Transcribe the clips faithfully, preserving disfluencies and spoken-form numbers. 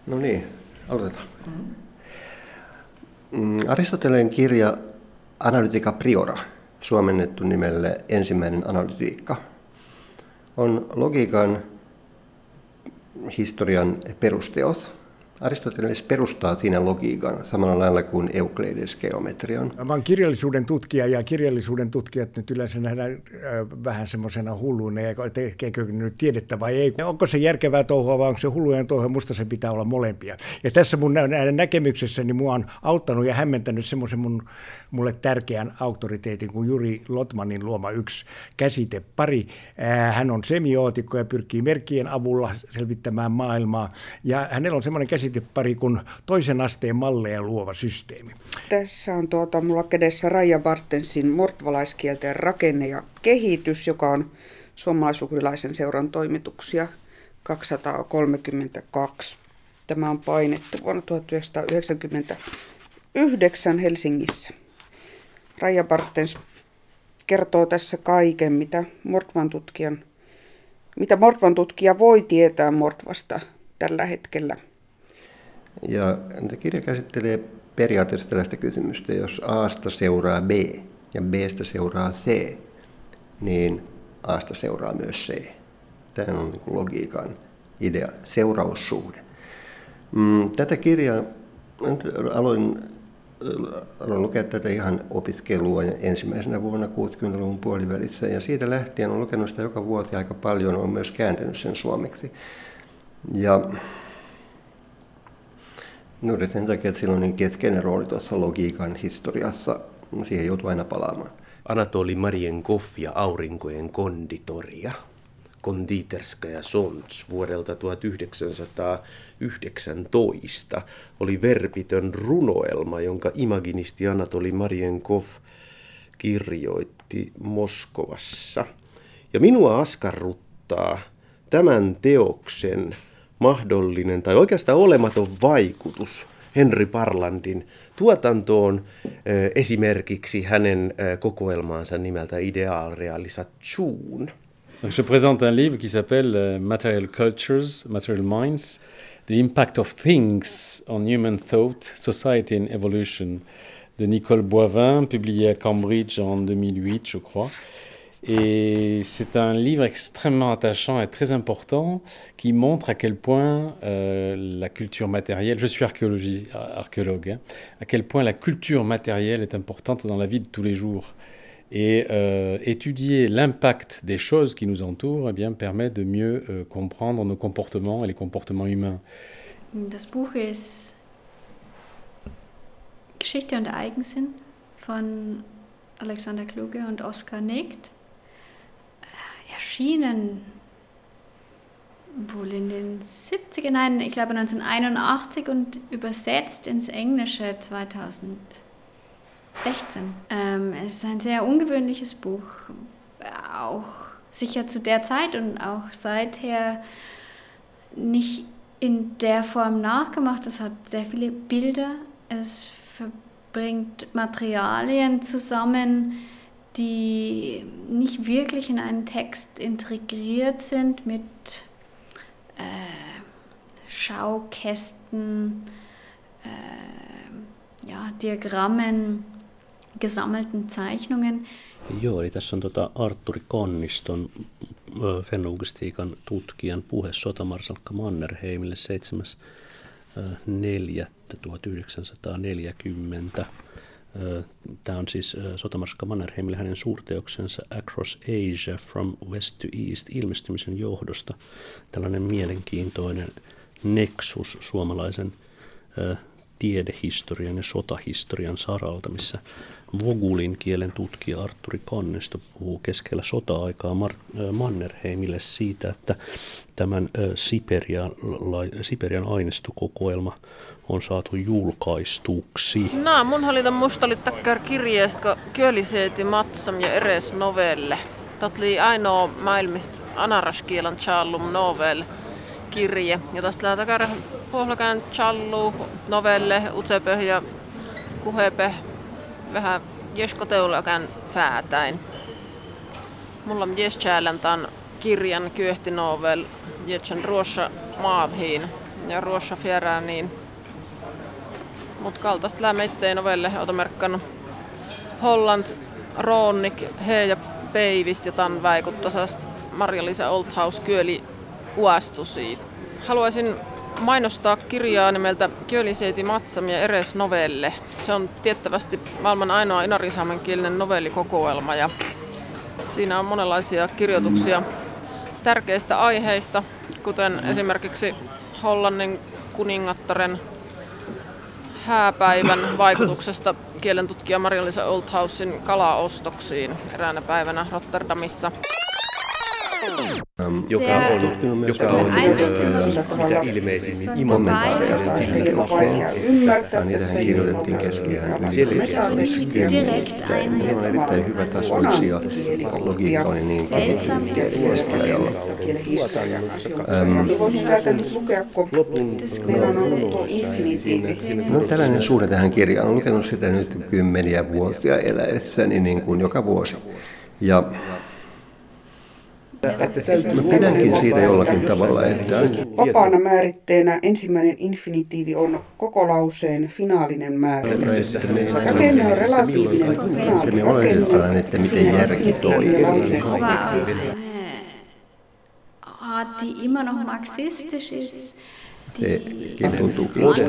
No niin, aloitetaan. Mm, Aristoteleen kirja Analytica Priora, suomennettu nimelle Ensimmäinen analytiikka, on logiikan historian perusteos. Aristoteles perustaa siinä logiikan samalla lailla kuin Eukleides geometrian. Mä oon kirjallisuuden tutkija, ja kirjallisuuden tutkijat nyt yleensä nähdään äh, vähän semmoisena hulluina, ja tekeekö nyt tiedettä vai ei. Onko se järkevää touhua vai onko se hullujen touhua, musta se pitää olla molempia. Ja tässä mun nä- näkemyksessäni mua on auttanut ja hämmentänyt semmoisen mun, mulle tärkeän auktoriteetin kuin Juri Lotmanin luoma yksi käsitepari. Äh, hän on semiootikko ja pyrkii merkkien avulla selvittämään maailmaa, ja hänellä on semmoinen käsitepari kuin toisen asteen malleja luova systeemi. Tässä on tuota, mulla kädessä Raija Bartensin mordvalaiskielten rakenne ja kehitys, joka on suomalaisuhrilaisen seuran toimituksia kaksisataakolmekymmentäkaksi. Tämä on painettu vuonna tuhatyhdeksänsataayhdeksänkymmentäyhdeksän Helsingissä. Raija Bartens kertoo tässä kaiken, mitä Mordvan tutkijan, mitä Mordvan tutkija voi tietää Mordvasta tällä hetkellä. Ja kirja käsittelee periaatteessa tällaista kysymystä, jos A:sta seuraa B ja B:stä seuraa C, niin A:sta seuraa myös C. Tämä on niin kuin logiikan idea, seuraussuhde. Tätä kirjaa aloin, aloin lukea tätä ihan opiskelua ensimmäisenä vuonna kuusikymmentäluvun puolivälissä, ja siitä lähtien olen lukenut sitä joka vuosi aika paljon, olen myös kääntänyt sen suomeksi. Ja no sen takia, että sillä on niin keskeinen rooli tuossa logiikan historiassa, siihen joutuu aina palaamaan. Anatoli Marienkov ja Aurinkojen konditoria, Konditerskaja Sonts vuodelta tuhatyhdeksänsataayhdeksäntoista oli verpitön runoelma, jonka imaginisti Anatoli Marienkov kirjoitti Moskovassa. Ja minua askarruttaa tämän teoksen mahdollinen tai oikeastaan olematon vaikutus Henry Parlandin tuotantoon, esimerkiksi hänen kokoelmaansa nimeltä Idealrealisation. Je présente un livre qui s'appelle Material Cultures, Material Minds, The Impact of Things on Human Thought, Society and Evolution, de Nicole Boivin, publié à Cambridge en deux mille huit, je crois. Et c'est un livre extrêmement attachant et très important qui montre à quel point euh, la culture matérielle, je suis archéologie, archéologue, hein, à quel point la culture matérielle est importante dans la vie de tous les jours. Et euh, étudier l'impact des choses qui nous entourent eh bien, permet de mieux euh, comprendre nos comportements et les comportements humains. Das Buch ist Geschichte und Eigensinn von Alexander Kluge und Oskar Negt. Erschienen wohl in den siebziger, nein, ich glaube neunzehnhunderteinundachtzig und übersetzt ins Englische zweitausendsechzehn. Ähm, es ist ein sehr ungewöhnliches Buch, auch sicher zu der Zeit und auch seither nicht in der Form nachgemacht. Es hat sehr viele Bilder, es verbringt Materialien zusammen, die nicht wirklich in einen Text integriert sind mit äh, Schaukästen, äh, ja, Diagrammen, gesammelten Zeichnungen. Joo, eli tässä on tota Artturi Conniston, fennologistiikan tutkijan puhe sotamarsalkka Mannerheimille seitsemäs neljättä tuhatyhdeksänsataaneljäkymmentä. Tämä on siis sotamarsalkka Mannerheimille hänen suurteoksensa Across Asia from West to East ilmestymisen johdosta. Tällainen mielenkiintoinen nexus suomalaisen tiedehistorian ja sotahistorian saralta, missä Vogulin kielen tutkija Artturi Connisto puhuu keskellä sota-aikaa Mannerheimille siitä, että tämän Siperian, Siperian ainestokokoelma on saatu julkaistuksi. No, mun oli tämän musta oli takkar kirjeestä, kun Köliseeti Matsam ja eres novelle. Tot oli ainoa maailmista anaraskielan challum novel kirje. Ja tästä lähtee takar puolakään challu novelle, utsepö ja kuhepe vähän jeskoteulakään fäätäin. Mulla on jes tämän kirjan kyöhti novel, jetsen ruossa maavhiin. ja Ruossa fjärään niin. Mut kaltaista lämmittei novelle otomerkkan Holland, Ronnik, he ja Peivist ja tan väikuttasast Marja-Liisa Oldhouse kyöli uastusi. Haluaisin mainostaa kirjaa nimeltä Kööliseiti Matsam ja Eres Novelle. Se on tiettävästi maailman ainoa inarisaamenkielinen novellikokoelma ja siinä on monenlaisia kirjoituksia tärkeistä aiheista, kuten esimerkiksi Hollannin kuningattaren hääpäivän vaikutuksesta kielentutkija Marja-Liisa Oldhousen kalaostoksiin eräänä päivänä Rotterdamissa. Um, joka on, joka on mitä ilmeisimmin imamentaarinen. On vaikea ymmärtää tässä kirjoitettiin keskeään. Se on erittäin hyvä tasoisia. Logiikka oli niin keskiajalla. Voisin täältä nyt lukea, kun meillä on ollut tuo infinitiivi. No tällainen suhde tähän kirjaan. Olen lukenut sitä nyt kymmeniä vuosia eläessäni niin kuin joka vuosi. Ja mä pidänkin siitä jollakin tavalla, että vapaana määritteenä ensimmäinen infinitiivi on koko lauseen finaalinen määrite. Rakenne on relatiivinen finaali. me oletetaan, että miten järki toimii. Hat die immer noch marxistisch ist. Se tuntuu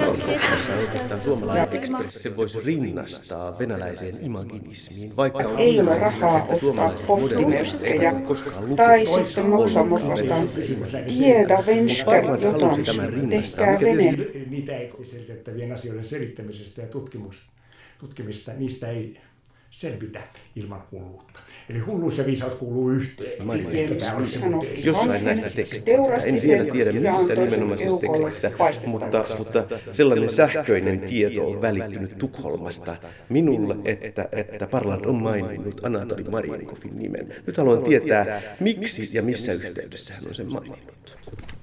Se voisi rinnastaa venäläiseen imaginismiin, vaikka on ei ole rahaa ostaa postimerkkejä tai sitten maksaa vastaan tiedä vensker jotain, tehkää vene. Niitä ei selitettävien asioiden selittämisestä ja tutkimista, niistä ei selvitä ilman hulluutta. Eli hulluus ja viisaus kuuluu yhteen. Jossain näistä teksteistä, en vielä tiedä missä nimenomaisessa tekstissä, mutta, mutta sellainen sähköinen tieto on välittynyt Tukholmasta minulle, että, että Parland on maininnut Anatoli Marienkovin nimen. Nyt haluan tietää, miksi ja missä yhteydessä hän on sen maininnut.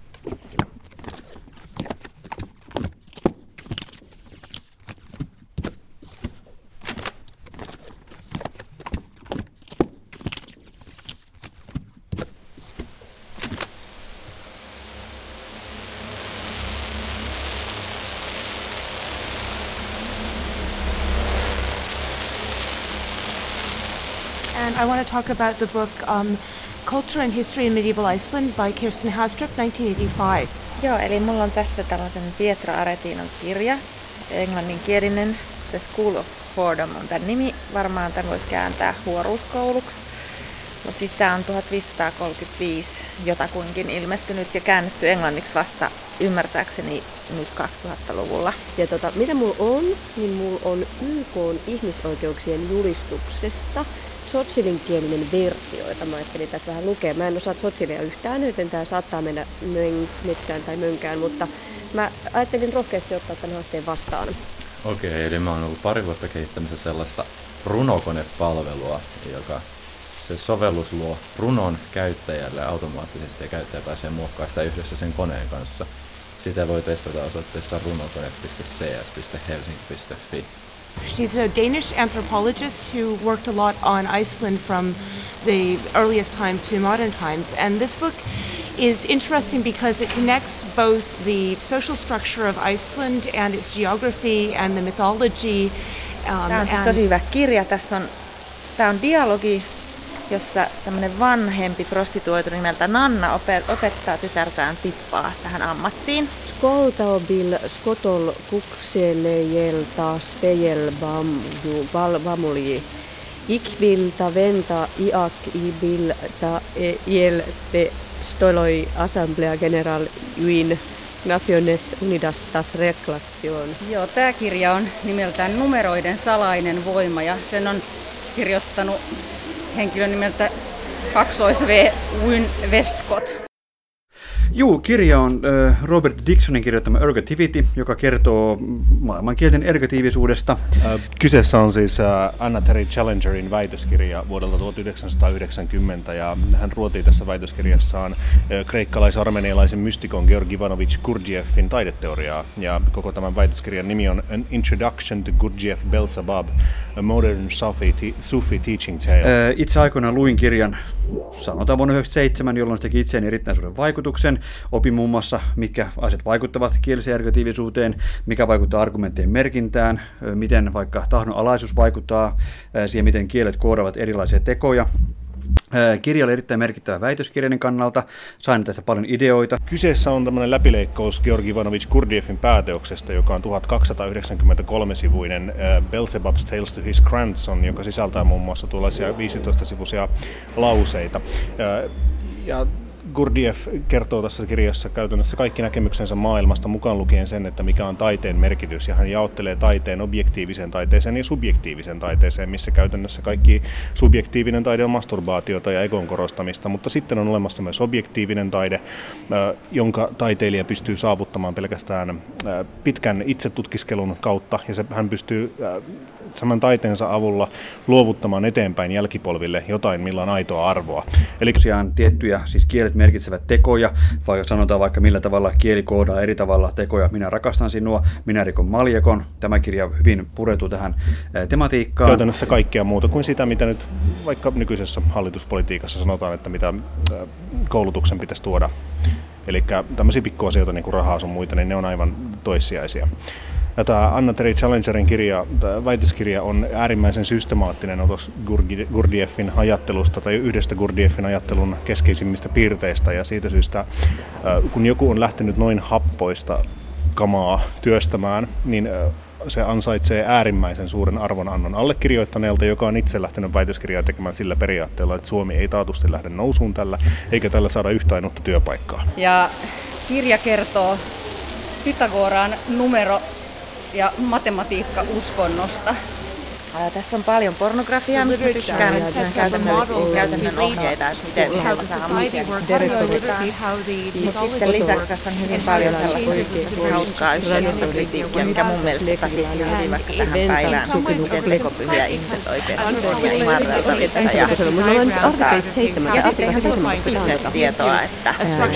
And I want to talk about the book um, Culture and History in Medieval Iceland by Kirsten Hastrup, nineteen eighty-five. Joo, eli mulla on tässä tällaisen Pietra Aretinon kirja, englanninkielinen, The School of Whoredom on tämän nimi, varmaan tämän voisi kääntää huoruuskouluksi. Mutta siis tää on tuhatviisisataakolmekymmentäviisi jotakuinkin ilmestynyt ja käännetty englanniksi vasta ymmärtääkseni nyt kaksituhattaluvulla. Ja tota, mitä mulla on, niin mulla on Y K:n ihmisoikeuksien julistuksesta tsotsilinkielinen versio, jota mä ajattelin tässä vähän lukea. Mä en osaa tsotsilia yhtään, joten tää saattaa mennä metsään tai mönkään, mutta mä ajattelin rohkeasti ottaa tämän haasteen vastaan. Okei, eli mä oon ollut pari vuotta kehittämässä sellaista runokonepalvelua, joka se sovellus luo runon käyttäjälle automaattisesti ja käyttäjä pääsee muokkaamaan sitä yhdessä sen koneen kanssa. Sitä voi testata osoitteessa runokone piste c s piste helsinki piste f i. She's a Danish anthropologist who worked a lot on Iceland from the earliest time to modern times. And this book is interesting because it connects both the social structure of Iceland and its geography and the mythology. Um, Tämä on siis tosi hyvä kirja. Tässä on, tämä on dialogi, jossa tämmöinen vanhempi prostituoitu nimeltä Nanna opettaa tytärtään tippaa tähän ammattiin. Skoltaubil skotol kukselejelta spejel vamuli. Ikvilta venta iak ibilta jelte stoloi Assemblea General Uin Naciones Unidas tas Reklation. Joo, tämä kirja on nimeltään Numeroiden salainen voima ja sen on kirjoittanut henkilö nimeltä kaksois V. Wyn Westcott. Juu, kirja on äh, Robert Dixonin kirjoittama Ergativity, joka kertoo maailmankielten ergatiivisuudesta. Äh, kyseessä on siis äh, Anna Terry Challengerin väitöskirja vuodelta tuhatyhdeksänsataayhdeksänkymmentä, ja hän ruotii tässä väitöskirjassaan äh, kreikkalais-armenialaisen mystikon Georgi Ivanovich Gurdjieffin taideteoriaa, ja koko tämän väitöskirjan nimi on An Introduction to Gurdjieff Belsabab, A Modern Sufi, te- Sufi Teaching Tale. Äh, itse aikoinaan luin kirjan, sanotaan vuonna yhdeksänkymmentäseitsemän, jolloin se teki itseään erittäin suuren vaikutuksen. Opin muun muassa, mitkä asiat vaikuttavat kieliseen ergatiivisuuteen, mikä vaikuttaa argumenttien merkintään, miten vaikka tahdonalaisuus vaikuttaa siihen, miten kielet koodaavat erilaisia tekoja. Kirja oli erittäin merkittävä väitöskirjainen kannalta, sain tästä paljon ideoita. Kyseessä on tämmöinen läpileikkaus Georgi Ivanovich Gurdjieffin pääteoksesta, joka on tuhatkaksisataayhdeksänkymmentäkolme-sivuinen Beelzebub's Tales to His Grandson, joka sisältää muun muassa tuollaisia viisitoista-sivuisia lauseita. Ja Gurdjieff kertoo tässä kirjassa käytännössä kaikki näkemyksensä maailmasta, mukaan lukien sen, että mikä on taiteen merkitys, ja hän jaottelee taiteen objektiivisen taiteeseen ja subjektiivisen taiteeseen, missä käytännössä kaikki subjektiivinen taide on masturbaatiota ja egon korostamista, mutta sitten on olemassa myös objektiivinen taide, jonka taiteilija pystyy saavuttamaan pelkästään pitkän itsetutkiskelun kautta, ja se, hän pystyy saman taiteensa avulla luovuttamaan eteenpäin jälkipolville jotain, millä on aitoa arvoa. Eli tosiaan tiettyjä, siis kielet merkitsevät tekoja, vaikka sanotaan vaikka millä tavalla kieli koodaa eri tavalla tekoja. Minä rakastan sinua, minä rikon maljakon. Tämä kirja hyvin pureutuu tähän tematiikkaan. Käytännössä kaikkea muuta kuin sitä, mitä nyt vaikka nykyisessä hallituspolitiikassa sanotaan, että mitä koulutuksen pitäisi tuoda. Eli tämmöisiä pikkuasioita niin kuin rahaa sun muita, niin ne on aivan toissijaisia. Ja tämä Anna-Terry Challengerin kirja, tämä väitöskirja on äärimmäisen systemaattinen otos Gurdjieffin ajattelusta tai yhdestä Gurdjieffin ajattelun keskeisimmistä piirteistä. Ja siitä syystä, kun joku on lähtenyt noin happoista kamaa työstämään, niin se ansaitsee äärimmäisen suuren arvonannon allekirjoittaneelta, joka on itse lähtenyt väitöskirjaa tekemään sillä periaatteella, että Suomi ei taatusti lähde nousuun tällä, eikä tällä saada yhtä ainutta työpaikkaa. Ja kirja kertoo Pythagoran numero- ja matematiikka uskonnosta. Ää, tässä on paljon pornografiaa, mistä mä tykkään, että se on käytännöllisiä käytännön ohjeita, että miten tervetulotaan. Mutta sitten lisäksi tässä on hyvin paljon sellaista hauskaa yhteiskuntakritiikkiä, mikä mun mielestä takisi hyvin vaikka tähän päivään, miten tekopyhiä ihmiset oikeasti on ja imarreltavissa. Ja sitten ihan semmoista tietoa, että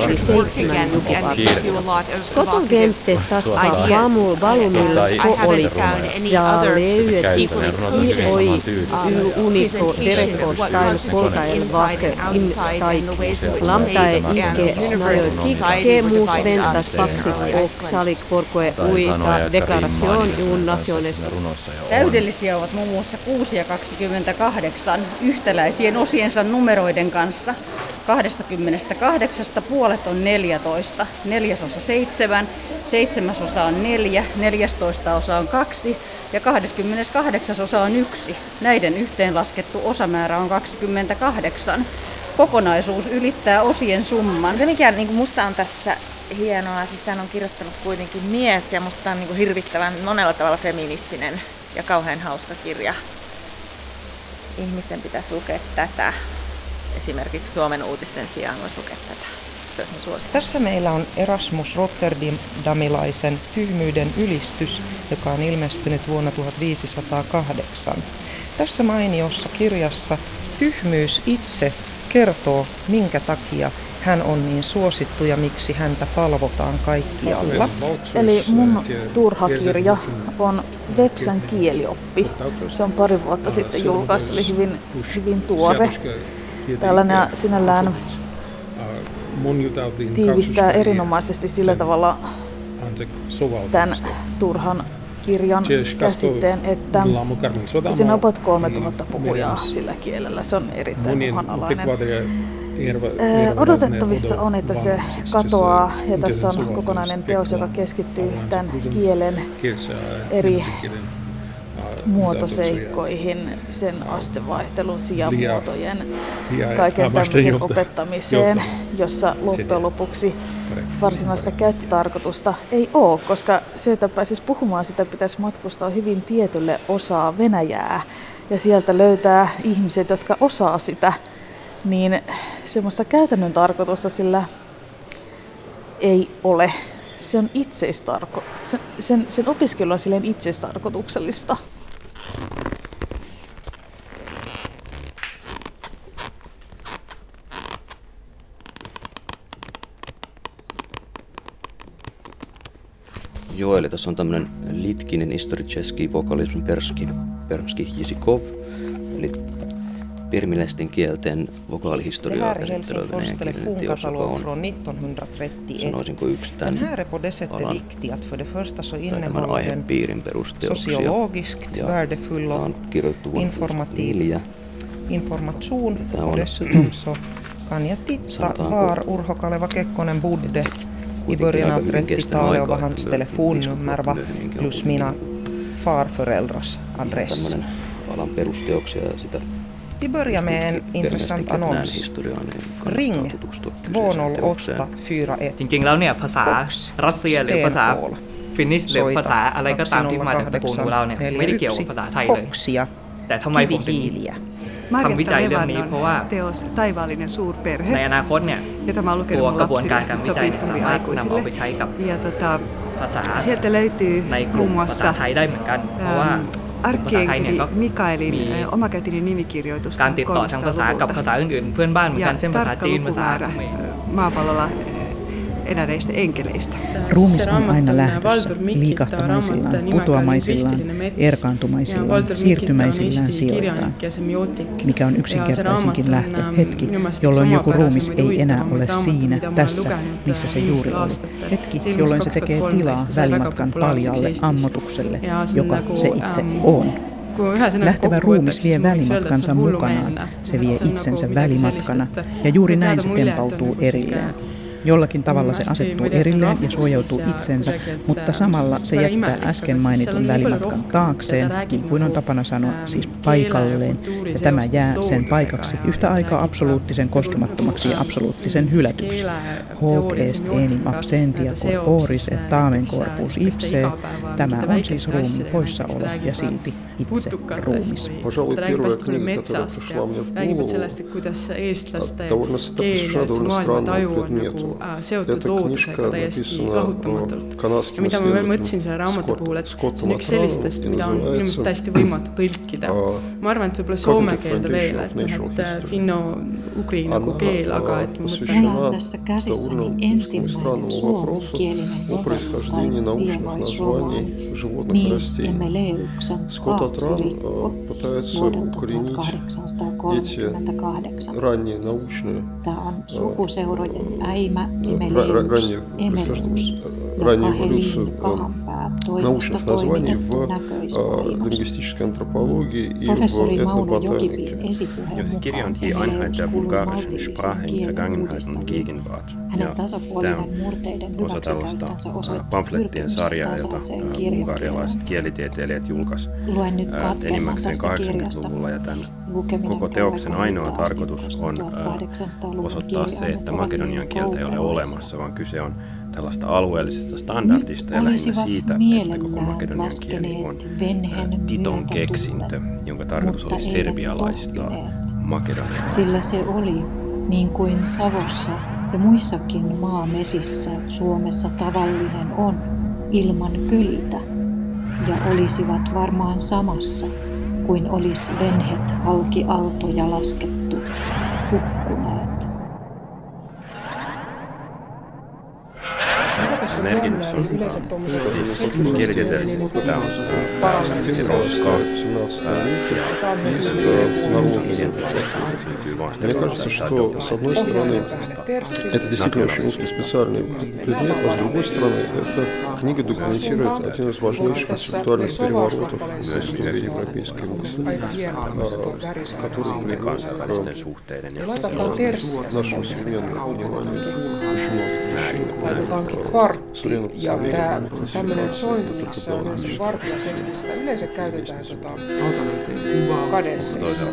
Kotogente tas vamu valumilla oli ja leyet oi uniko derekostain koltaen vake instaik lamtae ikke najo tikke muus ventas paksi ok salik porkoe uita deklaraation un nationes. Täydellisiä ovat muun muassa kuusi ja kaksikymmentäkahdeksan yhtäläisien osiensa numeroiden kanssa. kaksikymmentäkahdeksan puolet on neljätoista, neljäsosa seitsemän, seitsemäsosa on neljä, neljästoista osa on kaksi ja kaksikymmentäkahdeksan osa on yksi. Näiden yhteenlaskettu osamäärä on kaksikymmentäkahdeksan. Kokonaisuus ylittää osien summan. Se mikä niin kuin musta on tässä hienoa, siis tämän on kirjoittanut kuitenkin mies ja musta on niin kuin hirvittävän monella tavalla feministinen ja kauhean hauska kirja. Ihmisten pitäisi lukea tätä. Esimerkiksi Suomen uutisten sijaan voisi lukea tätä. Tässä meillä on Erasmus Rotterdamilaisen tyhmyyden ylistys, joka on ilmestynyt vuonna tuhatviisisataakahdeksan. Tässä mainiossa kirjassa tyhmyys itse kertoo, minkä takia hän on niin suosittu ja miksi häntä palvotaan kaikkialla. Eli mun turha kirja on Vepsän kielioppi. Se on pari vuotta sitten julkaistu, oli hyvin, hyvin tuore. Tällainen sinällään tiivistää erinomaisesti sillä tavalla tämän turhan kirjan käsitteen, että siinä on about kolmetuhatta puhujaa sillä kielellä. Se on erittäin uhanalainen. Odotettavissa on, että se katoaa, ja tässä on kokonainen teos, joka keskittyy tämän kielen eri muotoseikkoihin, sen astevaihtelun, sijamuotojen, kaiken tämmöisen opettamiseen, jossa loppujen lopuksi varsinaista käyttötarkoitusta ei ole, koska se, että pääsisi puhumaan, sitä pitäisi matkustaa hyvin tietylle osaa Venäjää ja sieltä löytää ihmiset, jotka osaa sitä, niin semmoista käytännön tarkoitusta sillä ei ole. Se on itseistarko- sen, sen, sen opiskelu on silleen itseistarkoituksellista. Joo, eli tässä on tämmöinen litkinen historicheski vokalism perski, perski Jizikov, eli pirmiläisten kielten vokaalihistoriaa käsittelevä venäjänkielinen teos, joka on, sanoisinko yksi tämän alan tai tämän aihepiirin perusteoksia. Ja tämä on kirjoitettu vuonna tuhatyhdeksänsataaneljä. Information och dessutom så kan jag titta var Urho Kaleva Kekkonen bodde i början av trettiotalet och vad hans telefonnummer var plus mina farföräldrars adress. Alan perusteoksia ja sitä Vi börjar med en intressant annons. Ring två noll åtta fyra ett จริงๆแล้วเนี่ยภาษารัสเซียหรือภาษาฟินนิชหรือภาษาอะไรก็ตามที่มาจากตระกูลของเราเนี่ยไม่ได้เกี่ยวกับภาษาไทยเลยแต่ทำไมผมถึงทำวิจัยเรื่องนี้เพราะว่า teos Taivaallinen suurperhe ในอนาคตเนี่ย ja tämä on lukenut mun lapsille sopivtumpi aikuisille ja tota, sieltä löytyy muun muassa Arkkihenkilö Mikaelin omakätinen nimikirjoitus การติดต่อทางภาษากับภาษาอื่นๆเพื่อนบ้านเหมือนกันเช่นภาษาจีนภาษาเขมร maapallolla eläneistä enkeleistä. Ruumis on aina lähdössä, liikahtamaisillaan, putoamaisillaan, erkaantumaisillaan, siirtymäisillään sijoiltaan, mikä on yksinkertaisinkin lähtö, hetki, jolloin joku ruumis ei enää ole siinä, tässä, missä se juuri oli. Hetki, jolloin se tekee tilaa välimatkan paljalle ammotukselle, joka se itse on. Lähtevä ruumis vie välimatkansa mukanaan, se vie itsensä välimatkana, ja juuri näin se tempautuu erilleen. Jollakin tavalla se asettuu erilleen ja suojautuu itsensä, mutta samalla se jättää äsken mainitun välimatkan taakseen, niin kuin on tapana sanoa, siis paikalleen, ja tämä jää sen paikaksi yhtä aikaa absoluuttisen koskemattomaksi ja absoluuttisen hylätyksi. Hoc est enim absentia corporis et tamen corpus ipse. Tämä on siis ruumiin poissaolo ja silti itse ruumis. Räägivad palju metsast ja räägivad sellest, et kuidas eestlaste keel ja üldse maailmataju on nagu seotud loodusega täiesti lahutamatult. Ja mida ma veel mõtlesin selle raamatu puhul, et see on üks sellistest, mida on minu meelest täiesti võimatu tõlkida. Ma arvan, et võib-olla soome keelde veel, et, et finno-ugri nagu keel, aga et ma mõtlen... Mulla on tässä käsissäni ensimmäinen suomenkielinen novelli Taivaallinen Nils Emeleuksen Kaapsirikko vuodelta tuhatkahdeksansataakolmekymmentäkahdeksan. Tämä on sukuseurojen äimä Emeleus Emelus ja Kahelin Kahanpää toimesta toimitettu näköisvaimo. Professori Mauno Jokipin esipuheen mukaan Emeleus kuului maltillisen kielimuodoston. Hänen tasapuolinen murteiden hyväksikäyttönsä osoittaa pyrkimystä tasaiseen kirjankeluun. Kielitieteilijät julkaisi enimmäkseen kahdeksankymmentäluvulla ja tämän koko teoksen ainoa tarkoitus on osoittaa se, että makedonian kieltä ei ole olemassa, vaan kyse on tällaista alueellisesta standardista ja lähinnä siitä, että koko makedonian kieli on Titon keksintö, jonka tarkoitus oli serbialaistaa Makedoniaa. Sillä se oli, niin kuin Savossa ja muissakin maamesissä Suomessa tavallinen on, ilman kylitä, ja olisivat varmaan samassa kuin olisi venhet halki aaltoja laskettu, hukkuneet. Merkitys on kielitieteellisesti tämä on Мне кажется, что с одной стороны это действительно очень узкоспециальный предмет, а с другой стороны эта книга документирует один из важнейших концептуальных переворотов в истории европейской мысли, который привел к нашему современному пониманию очень много laitetaankin kvartti ja tää tämmönen sointu, missä on kvartti ja seksi, sitä yleensä käytetään tota kadesseissa.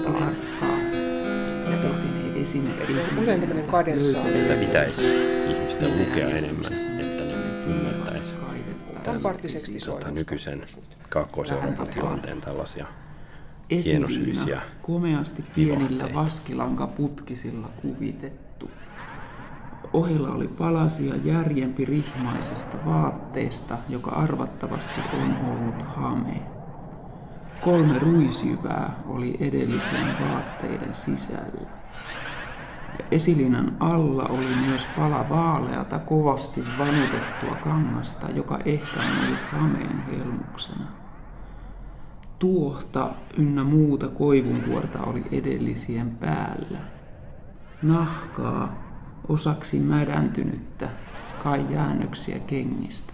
Se on usein tämmönen kadessa. Tätä pitäisi ihmisten lukea enemmän, että ne ymmärtäisi tota nykyisen Kaakkois-Euroopan tilanteen tällaisia hienosyisiä komeasti pienillä vaskilankaputkisilla kuvitettu. Ohella oli palasia järjempi rihmaisesta vaatteesta, joka arvattavasti on ollut hame. Kolme ruisjyvää oli edellisen vaatteiden sisällä. Ja esilinan alla oli myös pala vaaleata, kovasti vanutettua kangasta, joka ehkä on ollut hameen helmuksena. Tuohta ynnä muuta koivunkuorta oli edellisien päällä. Nahkaa, osaksi mädäntynyttä, kai jäännöksiä kengistä.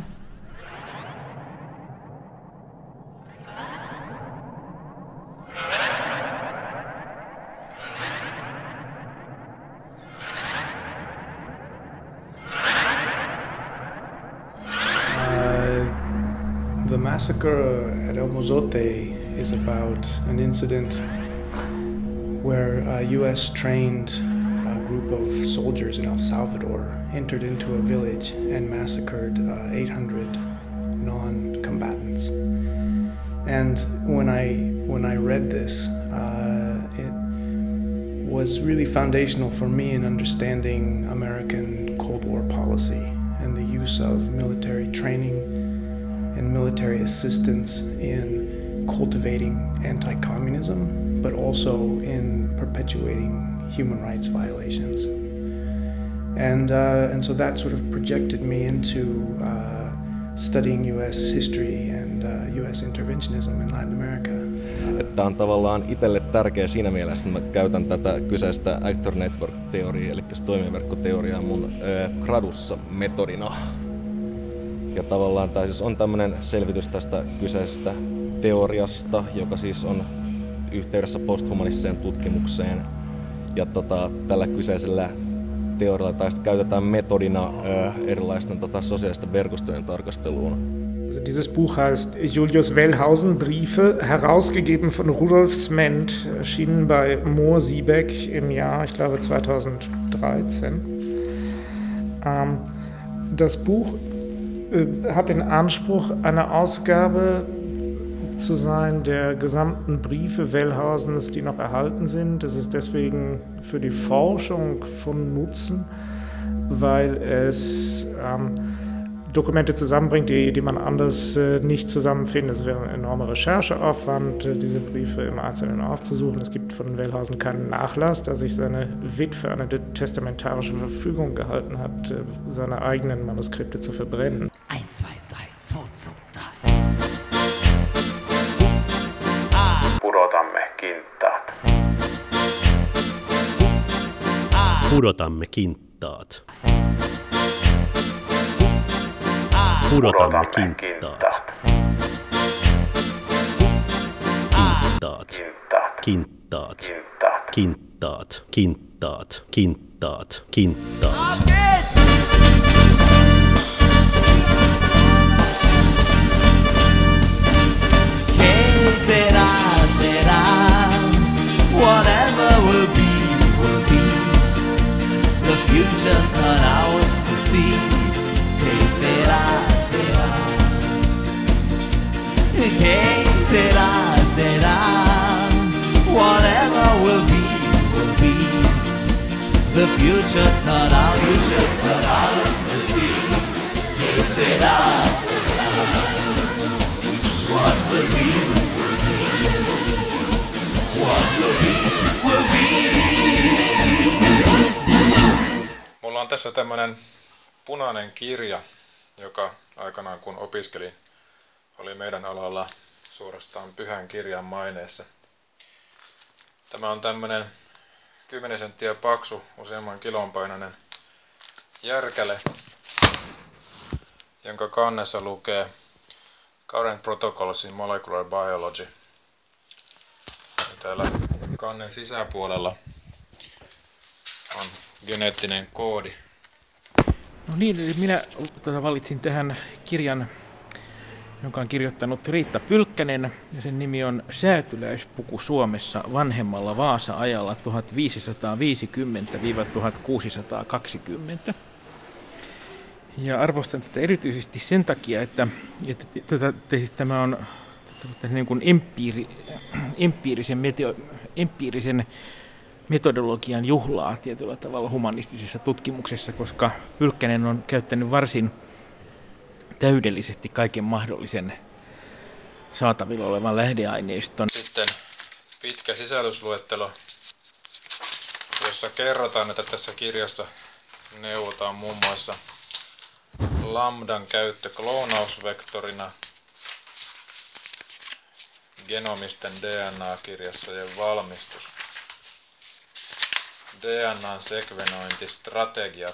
The massacre at El Mozote is about an incident where a U S trained a group of soldiers in El Salvador entered into a village and massacred uh, eight hundred non-combatants. And when I when I read this, uh, it was really foundational for me in understanding American Cold War policy and the use of military training and military assistance in cultivating anti-communism, but also in perpetuating human rights violations. And uh, and so that sort of projected me into uh, studying U S history and uh, U S interventionism in Latin America. Tämä on tavallaan itselle tärkeä siinä mielessä, että mä käytän tätä kyseistä Actor Network-teoriaa, eli toimijaverkkoteoriaa mun äh, gradussa metodina. Ja tavallaan tämä siis on tämmöinen selvitys tästä kyseisestä teoriasta, joka siis on yhteydessä posthumanistiseen tutkimukseen. Ja tota, tällä kyseisellä teorialla tai käytetään metodina äh, erilaisten tota, sosiaalisten verkostojen tarkasteluun. Also dieses Buch heißt Julius Wellhausen Briefe, herausgegeben von Rudolf Sment, erschienen bei Mohr Siebeck im Jahr, ich glaube, zweitausenddreizehn. Ähm, das Buch äh, hat den Anspruch, eine Ausgabe zu sein der gesamten Briefe Wellhausens, die noch erhalten sind. Das ist deswegen für die Forschung von Nutzen, weil es ähm, Dokumente zusammenbringt, die, die man anders äh, nicht zusammenfindet. Es wäre ein enormer Rechercheaufwand, äh, diese Briefe im Einzelnen aufzusuchen. Es gibt von Wellhausen keinen Nachlass, da sich seine Witwe eine testamentarische Verfügung gehalten hat, äh, seine eigenen Manuskripte zu verbrennen. Eins, zwei, drei, zwei, zwei, drei. Pudotamme kintaat. Pudotamme kintaat. Pudotamme kintaat. Kintaat. Kintaat. Kintaat. Kintaat. Kintaat. Kintaat. Será, será, whatever will be, will be. The future's not ours to see. Que será, será. Que será, será, whatever will be, will be. The future's not ours, future's not ours to see. Que será, será, what will be. Mulla on tässä tämmönen punainen kirja, joka aikanaan kun opiskelin, oli meidän alalla suorastaan pyhän kirjan maineessa. Tämä on tämmönen kymmenen senttiä paksu, useamman kilon painainen järkäle, jonka kannessa lukee Current Protocols in Molecular Biology. Ja täällä kannen sisäpuolella on geneettinen koodi. No niin, minä valitsin tähän kirjan, jonka on kirjoittanut Riitta Pylkkänen, ja sen nimi on Säätyläispuku Suomessa vanhemmalla Vaasa-ajalla tuhatviisisataaviisikymmentä tuhatkuusisataakaksikymmentä. Ja arvostan tätä erityisesti sen takia, että, että, että, että tämä on niin kuin empiiri, empiirisen, meteo, empiirisen metodologian juhlaa tietyllä tavalla humanistisessa tutkimuksessa, koska Pylkkänen on käyttänyt varsin täydellisesti kaiken mahdollisen saatavilla olevan lähdeaineiston. Sitten pitkä sisällysluettelo, jossa kerrotaan, että tässä kirjassa neuvotaan muun muassa lambdan käyttö kloonausvektorina, genomisten D N A-kirjastojen valmistus, D N A:n sekvenointistrategiat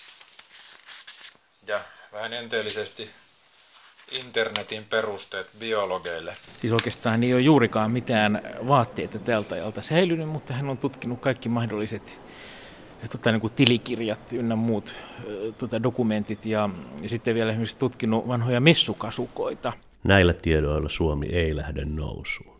ja vähän enteellisesti internetin perusteet biologeille. Siis oikeastaan ei ole juurikaan mitään vaatteita tältä ajalta säilynyt, mutta hän on tutkinut kaikki mahdolliset tota, niin kuin tilikirjat ynnä muut tota, dokumentit ja, ja sitten vielä esimerkiksi tutkinut vanhoja messukasukoita. Näillä tiedoilla Suomi ei lähde nousuun.